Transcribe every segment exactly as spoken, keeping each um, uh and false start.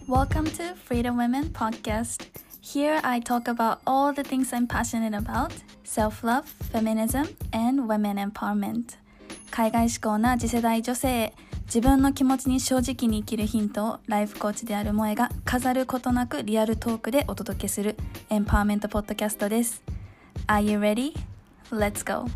Welcome to Freedom Women Podcast. Here I talk about all the things I'm passionate about: self-love, feminism, and women empowerment. 海外志向な次世代女性へ、自分の気持ちに正直に生きるヒントをライフコーチである萌えが飾ることなくリアルトークでお届けするエンパワーメントポッドキャストです。Are you ready? Let's go!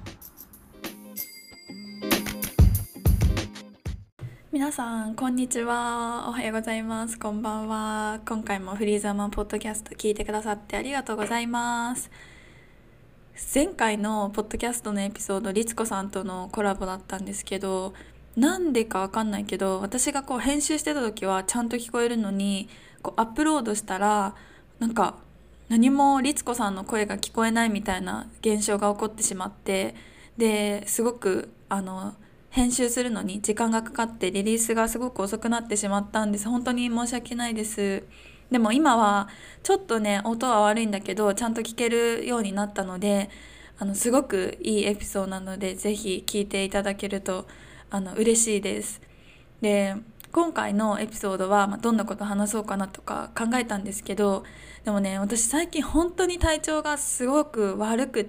皆さんこんにちは、おはようございます、こんばんは。今回もフリーザーマンポッドキャスト聞いてくださってありがとうございます。前回のポッドキャストのエピソード、律子さんとのコラボだったんですけど、なんでかわかんないけど私がこう編集してた時はちゃんと聞こえるのに、こうアップロードしたらなんか何も律子さんの声が聞こえないみたいな現象が起こってしまって、ですごくあの編集するのに時間がかかってリリースがすごく遅くなってしまったんです。本当に申し訳ないです。でも今はちょっとね音は悪いんだけどちゃんと聞けるようになったので、あのすごくいいエピソードなのでぜひ聞いていただけるとあの嬉しいです。で今回のエピソードは、まあ、どんなこと話そうかなとか考えたんですけど、でもね私最近本当に体調がすごく悪くって、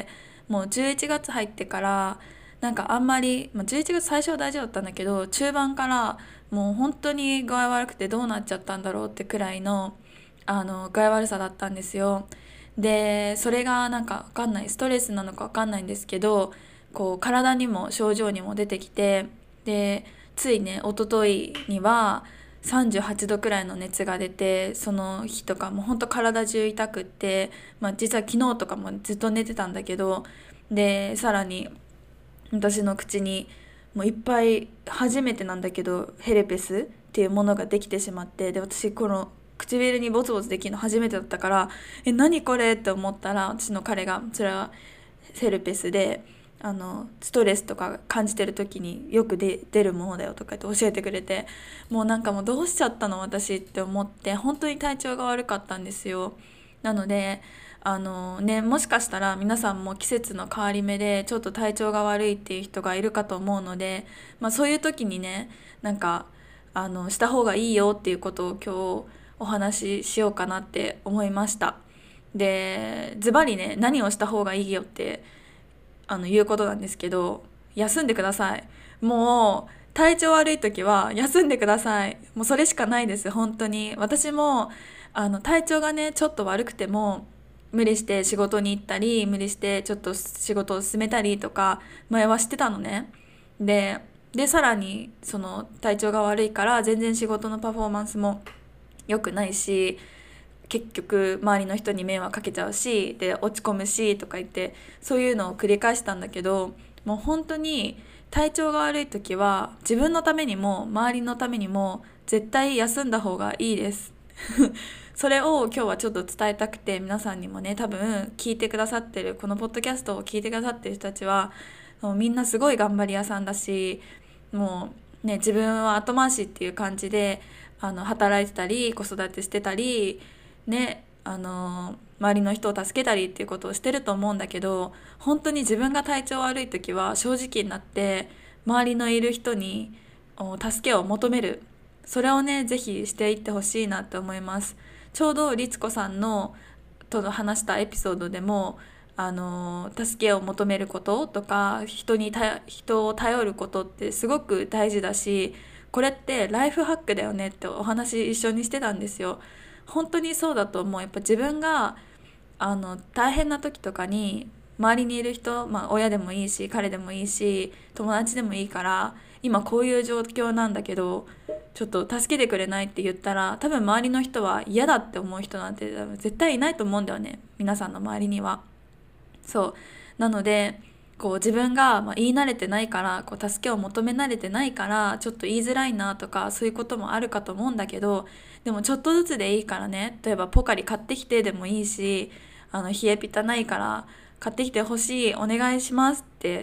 もうじゅういちがつ入ってからなんかあんまり、まあ、じゅういちがつ最初は大丈夫だったんだけど、中盤からもう本当に具合悪くてどうなっちゃったんだろうってくらいのあの具合悪さだったんですよ。でそれがなんか分かんない、ストレスなのか分かんないんですけど、こう体にも症状にも出てきて、でついね一昨日にはさんじゅうはちどくらいの熱が出て、その日とかもう本当体中痛くって、まあ、実は昨日とかもずっと寝てたんだけど、でさらに私の口にもういっぱい初めてなんだけどヘルペスっていうものができてしまって、で私この唇にボツボツできるの初めてだったから、え何これって思ったら、私の彼がそれはヘルペスで、あのストレスとか感じてる時によくで出るものだよとか言って教えてくれて、もうなんかもうどうしちゃったの私って思って、本当に体調が悪かったんですよ。なのであのね、もしかしたら皆さんも季節の変わり目でちょっと体調が悪いっていう人がいるかと思うので、まあ、そういう時にねなんかあのした方がいいよっていうことを今日お話ししようかなって思いました。でズバリね何をした方がいいよってあの言うことなんですけど、休んでください。もう体調悪い時は休んでください。もうそれしかないです。本当に私もあの体調がねちょっと悪くても無理して仕事に行ったり無理してちょっと仕事を進めたりとか前はしてたのね。ででさらにその体調が悪いから全然仕事のパフォーマンスも良くないし、結局周りの人に迷惑かけちゃうし、で落ち込むしとか言って、そういうのを繰り返したんだけど、もう本当に体調が悪い時は自分のためにも周りのためにも絶対休んだ方がいいですそれを今日はちょっと伝えたくて、皆さんにもね多分聞いてくださってる、このポッドキャストを聞いてくださってる人たちはもうみんなすごい頑張り屋さんだし、もうね自分は後回しっていう感じであの働いてたり子育てしてたりね、あの周りの人を助けたりっていうことをしてると思うんだけど、本当に自分が体調悪い時は正直になって周りのいる人にお助けを求める、それをねぜひしていってほしいなって思います。ちょうど律子さんのとの話したエピソードでもあの助けを求めることとか人にた人を頼ることってすごく大事だし、これってライフハックだよねってお話一緒にしてたんですよ。本当にそうだと思う。やっぱ自分があの大変な時とかに周りにいる人、まあ、親でもいいし彼でもいいし友達でもいいから、今こういう状況なんだけどちょっと助けてくれないって言ったら、多分周りの人は嫌だって思う人なんて絶対いないと思うんだよね、皆さんの周りには。そうなのでこう自分がまあ言い慣れてないから、こう助けを求め慣れてないからちょっと言いづらいなとかそういうこともあるかと思うんだけど、でもちょっとずつでいいからね、例えばポカリ買ってきてでもいいし、あの冷えピタないから買ってきてほしいお願いしますって、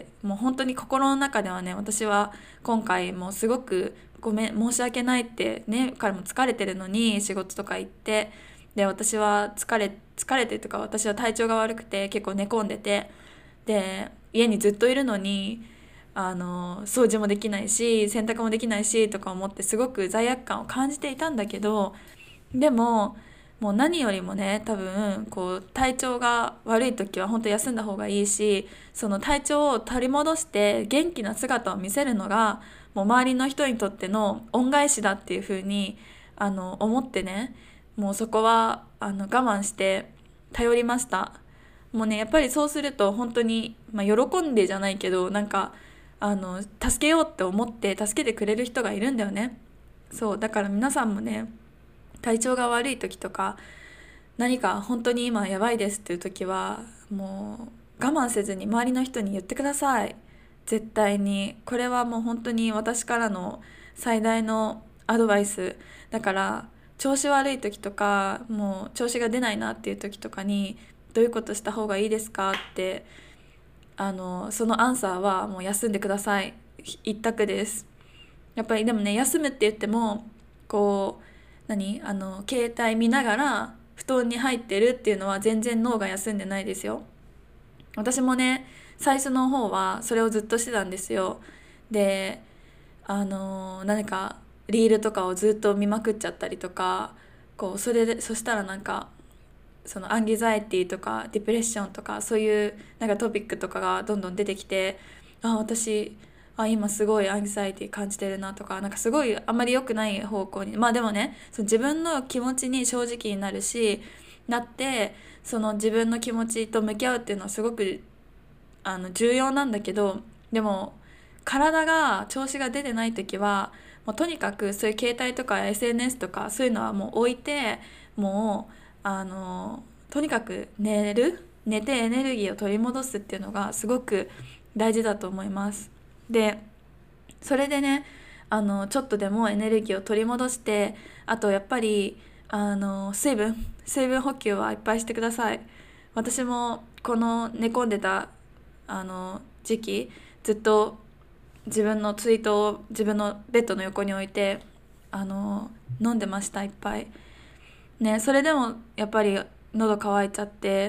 もう本当に心の中ではね、私は今回もうすごくごめん申し訳ないってね、彼も疲れてるのに仕事とか行って、で私は疲れ疲れてとか私は体調が悪くて結構寝込んでて、で家にずっといるのにあの掃除もできないし洗濯もできないしとか思ってすごく罪悪感を感じていたんだけど、でももう何よりもね、多分こう体調が悪い時は本当休んだ方がいいし、その体調を取り戻して元気な姿を見せるのがもう周りの人にとっての恩返しだっていう風にあの思ってね、もうそこはあの我慢して頼りました。もうねやっぱりそうすると本当に、まあ、喜んでじゃないけどなんかあの助けようって思って助けてくれる人がいるんだよね。そうだから皆さんもね、体調が悪い時とか何か本当に今やばいですっていう時はもう我慢せずに周りの人に言ってください。絶対にこれはもう本当に私からの最大のアドバイスだから、調子悪い時とかもう調子が出ないなっていう時とかにどういうことした方がいいですかって、あのそのアンサーはもう休んでください一択です。やっぱりでもね、休むって言ってもこう何あの携帯見ながら布団に入ってるっていうのは全然脳が休んでないですよ。私もね最初の方はそれをずっとしてたんですよ。であの何かリールとかをずっと見まくっちゃったりとか、こうそれでそしたらなんかそのアンギザイティとかディプレッションとかそういうなんかトピックとかがどんどん出てきて、あ私あ今すごいアンギザイティ感じてるなとか、なんかすごいあんまり良くない方向に、まあでもねその自分の気持ちに正直になるしなって、その自分の気持ちと向き合うっていうのはすごくあの重要なんだけど、でも体が調子が出てない時はもうとにかくそういう携帯とか エスエヌエス とかそういうのはもう置いて、もうあのとにかく寝る寝てエネルギーを取り戻すっていうのがすごく大事だと思います。でそれでね、あのちょっとでもエネルギーを取り戻して、あとやっぱりあの水分水分補給はいっぱいしてください。私もこの寝込んでたあの時期ずっと自分のツイートを自分のベッドの横に置いてあの飲んでました、いっぱいね。それでもやっぱり喉乾いちゃって、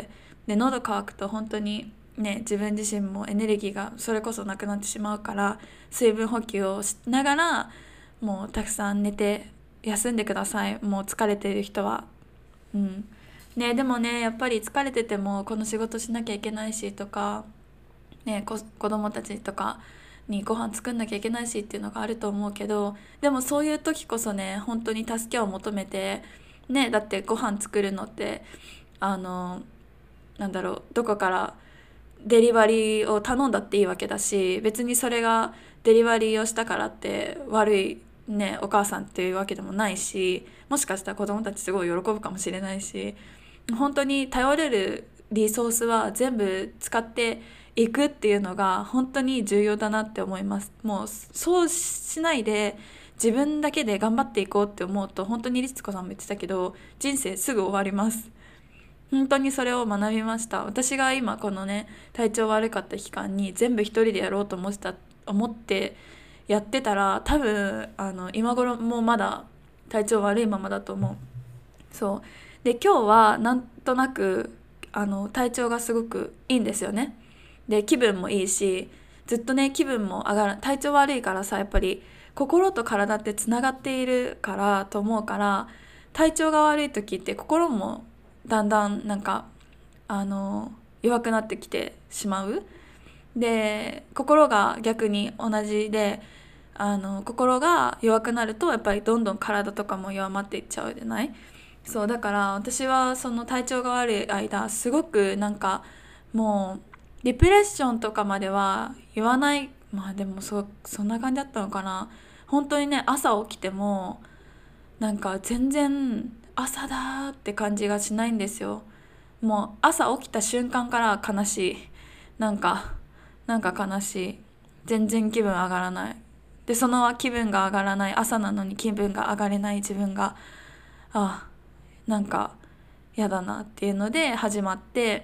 で喉乾くと本当にね自分自身もエネルギーがそれこそなくなってしまうから、水分補給をしながらもうたくさん寝て休んでください。もう疲れている人は。うんね、でもねやっぱり疲れててもこの仕事しなきゃいけないしとか、ね、こ子供たちとかにご飯作んなきゃいけないしっていうのがあると思うけど、でもそういう時こそね本当に助けを求めてね、だってご飯作るのってあのなんだろう、どこからデリバリーを頼んだっていいわけだし、別にそれがデリバリーをしたからって悪いねお母さんっていうわけでもないし、もしかしたら子供たちすごい喜ぶかもしれないし、本当に頼れるリソースは全部使っていくっていうのが本当に重要だなって思います。もうそうしないで自分だけで頑張っていこうって思うと、本当に律子さんも言ってたけど人生すぐ終わります。本当にそれを学びました。私が今このね体調悪かった期間に全部一人でやろうと思ってた思ってやってたら、多分あの今頃もまだ体調悪いままだと思う。そうで今日はなんとなくあの体調がすごくいいんですよね。で気分もいいし、ずっとね気分も上がら体調悪いからさ、やっぱり心と体ってつながっているからと思うから、体調が悪い時って心もだんだんなんかあの弱くなってきてしまう。で心が逆に同じで、あの心が弱くなるとやっぱりどんどん体とかも弱まっていっちゃうじゃない。そうだから私はその体調が悪い間すごくなんかもうディプレッションとかまでは言わない、まあでもそそんな感じだったのかな。本当にね朝起きてもなんか全然朝だーって感じがしないんですよ。もう朝起きた瞬間から悲しい。なんかなんか悲しい。全然気分上がらない。でその気分が上がらない朝なのに気分が上がれない自分が、あなんか嫌だなっていうので始まって、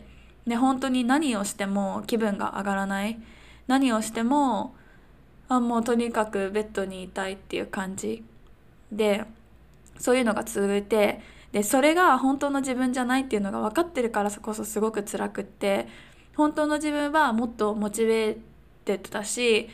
で本当に何をしても気分が上がらない。何をしてもあもうとにかくベッドにいたいっていう感じで、そういうのが続いて、でそれが本当の自分じゃないっていうのが分かってるからこそすごく辛くって、本当の自分はもっとモチベーテッドだし、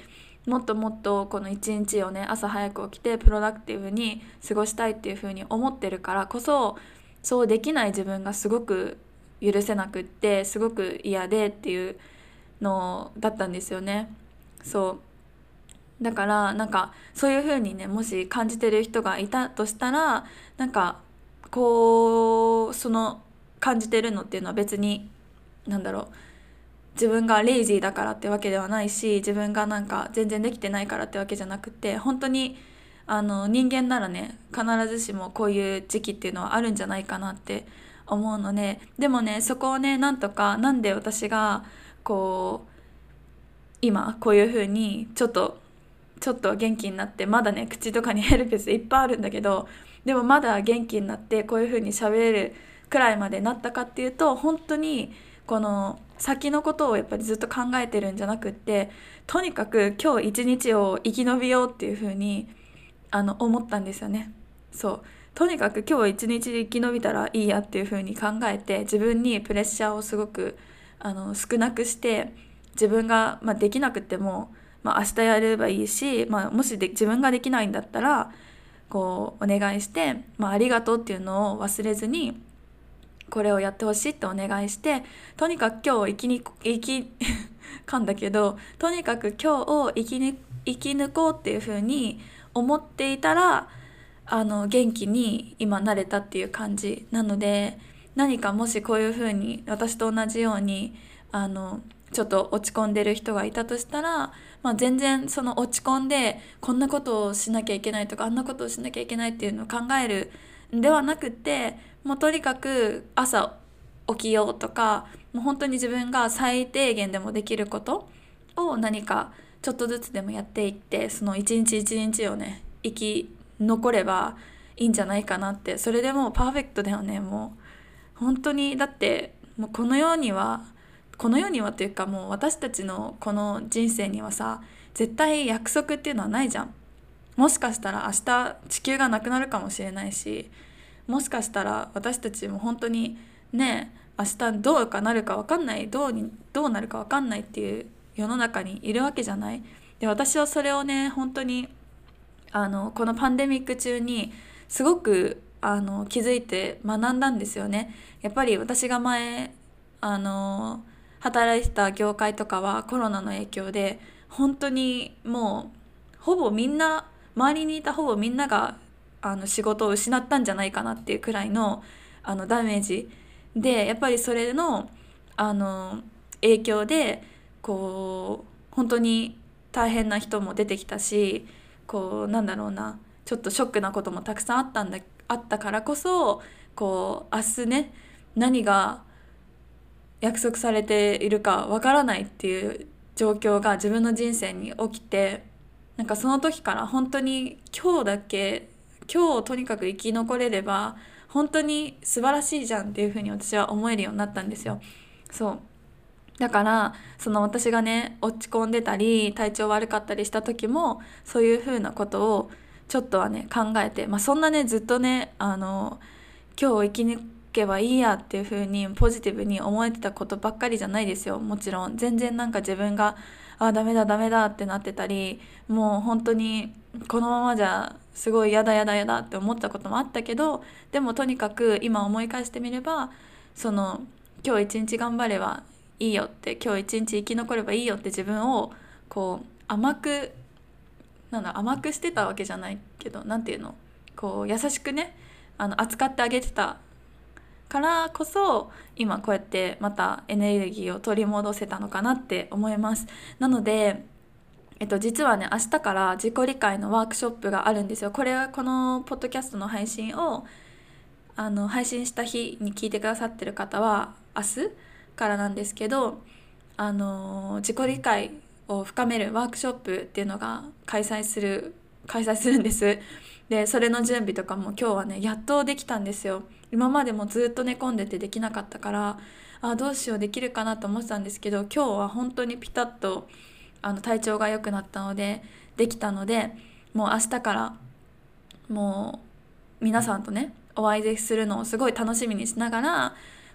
もっともっとこの一日をね朝早く起きてプロダクティブに過ごしたいっていうふうに思ってるからこそ、そうできない自分がすごく許せなくって、すごく嫌でっていうのだったんですよね。そうだからなんかそういう風にねもし感じてる人がいたとしたら、なんかこうその感じてるのっていうのは別になんだろう、自分がレイジーだからってわけではないし、自分がなんか全然できてないからってわけじゃなくて、本当にあの人間ならね必ずしもこういう時期っていうのはあるんじゃないかなって思うので、でもねそこをねなんとか、なんで私がこう今こういう風にちょっとちょっと元気になって、まだね口とかにヘルペスいっぱいあるんだけど、でもまだ元気になってこういう風に喋れるくらいまでなったかっていうと、本当にこの先のことをやっぱりずっと考えてるんじゃなくって、とにかく今日一日を生き延びようっていう風にあの思ったんですよね。そうとにかく今日一日で生き延びたらいいやっていう風に考えて、自分にプレッシャーをすごくあの少なくして、自分が、まあ、できなくても、まあ、明日やればいいし、まあ、もしで自分ができないんだったらこうお願いして、まあ、ありがとうっていうのを忘れずにこれをやってほしいってお願いして、とにかく今日生きに生きかんだけど、とにかく今日を生きに生き抜こうっていう風に思っていたら、あの元気に今なれたっていう感じなので、何かもしこういう風に私と同じようにあのちょっと落ち込んでる人がいたとしたら、まあ、全然その落ち込んでこんなことをしなきゃいけないとかあんなことをしなきゃいけないっていうのを考えるんではなくって、もうとにかく朝起きようとか、もう本当に自分が最低限でもできることを何かちょっとずつでもやっていって、その一日一日をね生き残ればいいんじゃないかなって。それでもうパーフェクトだよね。もう本当に、だってもうこの世にはこの世にはというか、もう私たちのこの人生にはさ、絶対約束っていうのはないじゃん。もしかしたら明日地球がなくなるかもしれないし、もしかしたら私たちも本当にね、明日どうかなるか分かんない、どうにどうなるか分かんないっていう世の中にいるわけじゃない。で、私はそれをね本当にあのこのパンデミック中にすごくあの気づいて学んだんですよね。やっぱり私が前あの働いてた業界とかはコロナの影響で本当にもうほぼみんな、周りにいたほぼみんながあの仕事を失ったんじゃないかなっていうくらいの、あのダメージで、やっぱりそれの、あの影響でこう本当に大変な人も出てきたし、こうなんだろうな、ちょっとショックなこともたくさんあったんだあったからこそ、こう明日ね何が約束されているかわからないっていう状況が自分の人生に起きて、なんかその時から本当に今日だけ今日をとにかく生き残れれば本当に素晴らしいじゃんっていうふうに私は思えるようになったんですよ。そうだからその私がね落ち込んでたり体調悪かったりした時もそういうふうなことをちょっとはね考えて、まあ、そんなねずっとねあの今日を生き抜けばいいやっていう風にポジティブに思えてたことばっかりじゃないですよ。もちろん全然なんか自分があダメだダメだってなってたり、もう本当にこのままじゃすごいやだやだやだって思ったこともあったけど、でもとにかく今思い返してみれば、その今日一日頑張ればいいよって、今日一日生き残ればいいよって自分をこう甘くなんだ甘くしてたわけじゃないけど、なんていうの、こう優しくねあの扱ってあげてたからこそ今こうやってまたエネルギーを取り戻せたのかなって思います。なので、えっと、実はね明日から自己理解のワークショップがあるんですよ。これはこのポッドキャストの配信をあの配信した日に聞いてくださってる方は明日からなんですけど、あの自己理解を深めるワークショップっていうのが開催する開催するんです。でそれの準備とかも今日はねやっとできたんですよ。今までもずっと寝込んでてできなかったから、あどうしようできるかなと思ってたんですけど、今日は本当にピタッとあの体調が良くなったのでできたので、もう明日からもう皆さんとねお会いするのをすごい楽しみにしながら、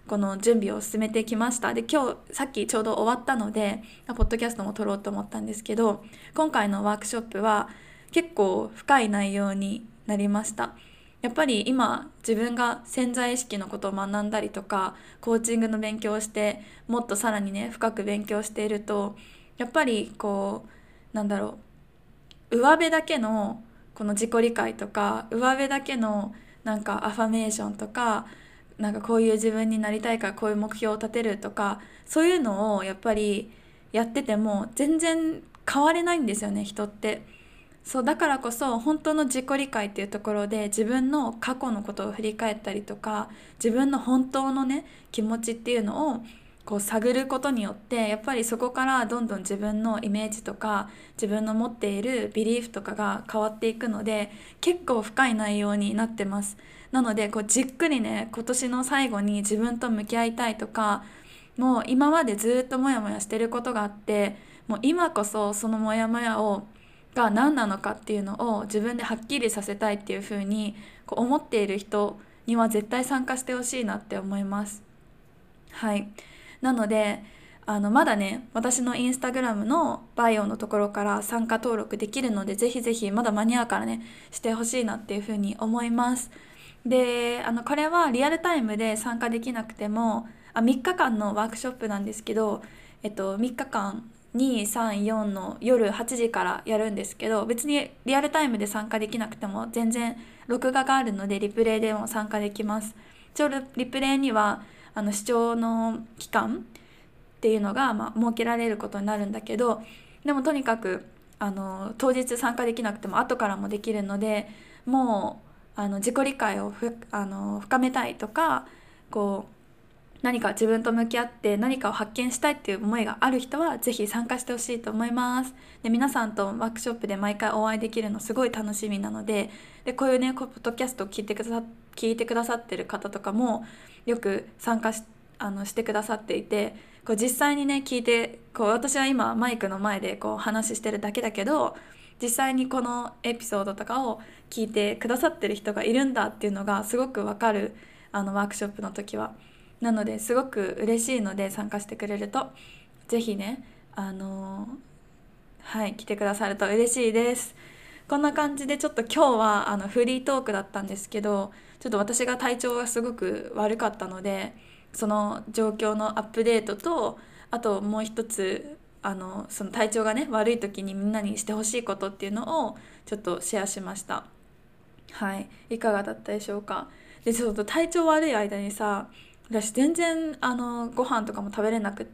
この準備を進めてきました。で今日さっきちょうど終わったのでポッドキャストも撮ろうと思ったんですけど、今回のワークショップは結構深い内容になりました。やっぱり今自分が潜在意識のことを学んだりとかコーチングの勉強をしてもっとさらにね深く勉強していると、やっぱりこうなんだろう、上辺だけのこの自己理解とか上辺だけのなんかアファメーションとか、なんかこういう自分になりたいからこういう目標を立てるとか、そういうのをやっぱりやってても全然変われないんですよね、人って。そうだからこそ本当の自己理解っていうところで自分の過去のことを振り返ったりとか、自分の本当のね気持ちっていうのをこう探ることによって、やっぱりそこからどんどん自分のイメージとか自分の持っているビリーフとかが変わっていくので、結構深い内容になってます。なのでこうじっくりね今年の最後に自分と向き合いたいとか、もう今までずっとモヤモヤしてることがあって、もう今こそそのモヤモヤをが何なのかっていうのを自分ではっきりさせたいっていうふうにこう思っている人には絶対参加してほしいなって思います。はい。なのであのまだね私のインスタグラムのバイオのところから参加登録できるので、ぜひぜひまだ間に合うからねしてほしいなっていうふうに思います。であのこれはリアルタイムで参加できなくてもあみっかかんのワークショップなんですけど、えっと、みっかかんに、さん、よんの夜はちじからやるんですけど、別にリアルタイムで参加できなくても全然録画があるのでリプレイでも参加できます。ちょうどリプレイにはあの視聴の期間っていうのが、まあ、設けられることになるんだけど、でもとにかくあの当日参加できなくても後からもできるので、もうあの自己理解をふあの深めたいとか、こう何か自分と向き合って何かを発見したいっていう思いがある人はぜひ参加してほしいと思います。で皆さんとワークショップで毎回お会いできるのすごい楽しみなので、でこういうねこうポッドキャストを聞いてくださ聞いてくださってる方とかもよく参加しあのしてくださっていて、こう実際にね聞いて、こう私は今マイクの前でこう話してるだけだけど、実際にこのエピソードとかを聞いてくださってる人がいるんだっていうのがすごくわかる、あのワークショップの時は。なのですごく嬉しいので、参加してくれるとぜひねあのはい来てくださると嬉しいです。こんな感じでちょっと今日はあのフリートークだったんですけど、ちょっと私が体調がすごく悪かったので、その状況のアップデートと、あともう一つあのその体調がね悪い時にみんなにしてほしいことっていうのをちょっとシェアしました。はい、いかがだったでしょうか。でちょっと体調悪い間にさ、私全然あのご飯とかも食べれなくって、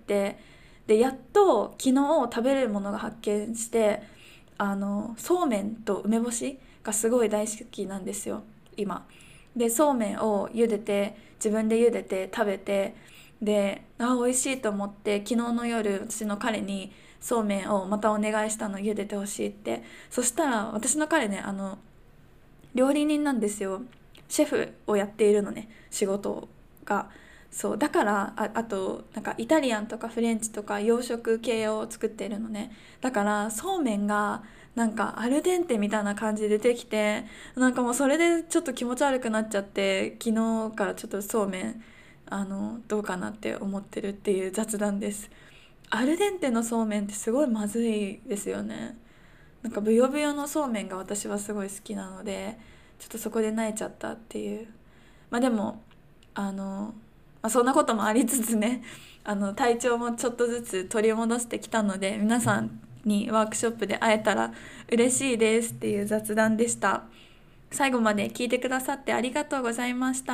でやっと昨日食べれるものが発見して、あのそうめんと梅干しがすごい大好きなんですよ今。でそうめんを茹でて自分で茹でて食べて、であ美味しいと思って昨日の夜私の彼にそうめんをまたお願いしたの、茹でてほしいって。そしたら私の彼ねあの料理人なんですよ。シェフをやっているのね、仕事が。そうだからあ、あとなんかイタリアンとかフレンチとか洋食系を作っているのね。だからそうめんがなんかアルデンテみたいな感じで出てきて、なんかもうそれでちょっと気持ち悪くなっちゃって、昨日からちょっとそうめんあのどうかなって思ってるっていう雑談です。アルデンテのそうめんってすごいまずいですよね。なんかブヨブヨのそうめんが私はすごい好きなので、ちょっとそこで泣いちゃったっていう。まあでもあの、まあ、そんなこともありつつね、あの体調もちょっとずつ取り戻してきたので、皆さんにワークショップで会えたら嬉しいですっていう雑談でした。最後まで聞いてくださってありがとうございました。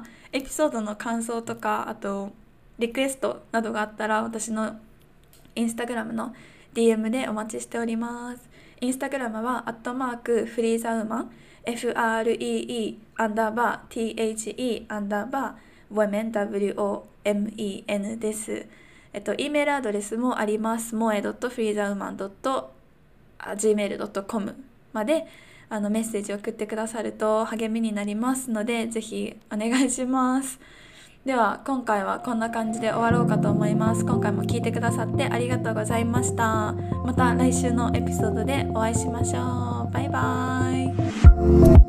エピソードの感想とか、あとリクエストなどがあったら私のインスタグラムの ディーエム でお待ちしております。インスタグラムはアットマークフリーザウーマン フリー アンダーバー THE アンダーバー women ダブリューオーエムイーエヌ です。えっと、E メールアドレスもあります。モエ ドットフリーザウーマン ドットジーメール ドットコム まであのメッセージを送ってくださると励みになりますので、ぜひお願いします。では今回はこんな感じで終わろうかと思います。今回も聞いてくださってありがとうございました。また来週のエピソードでお会いしましょう。バイバイ。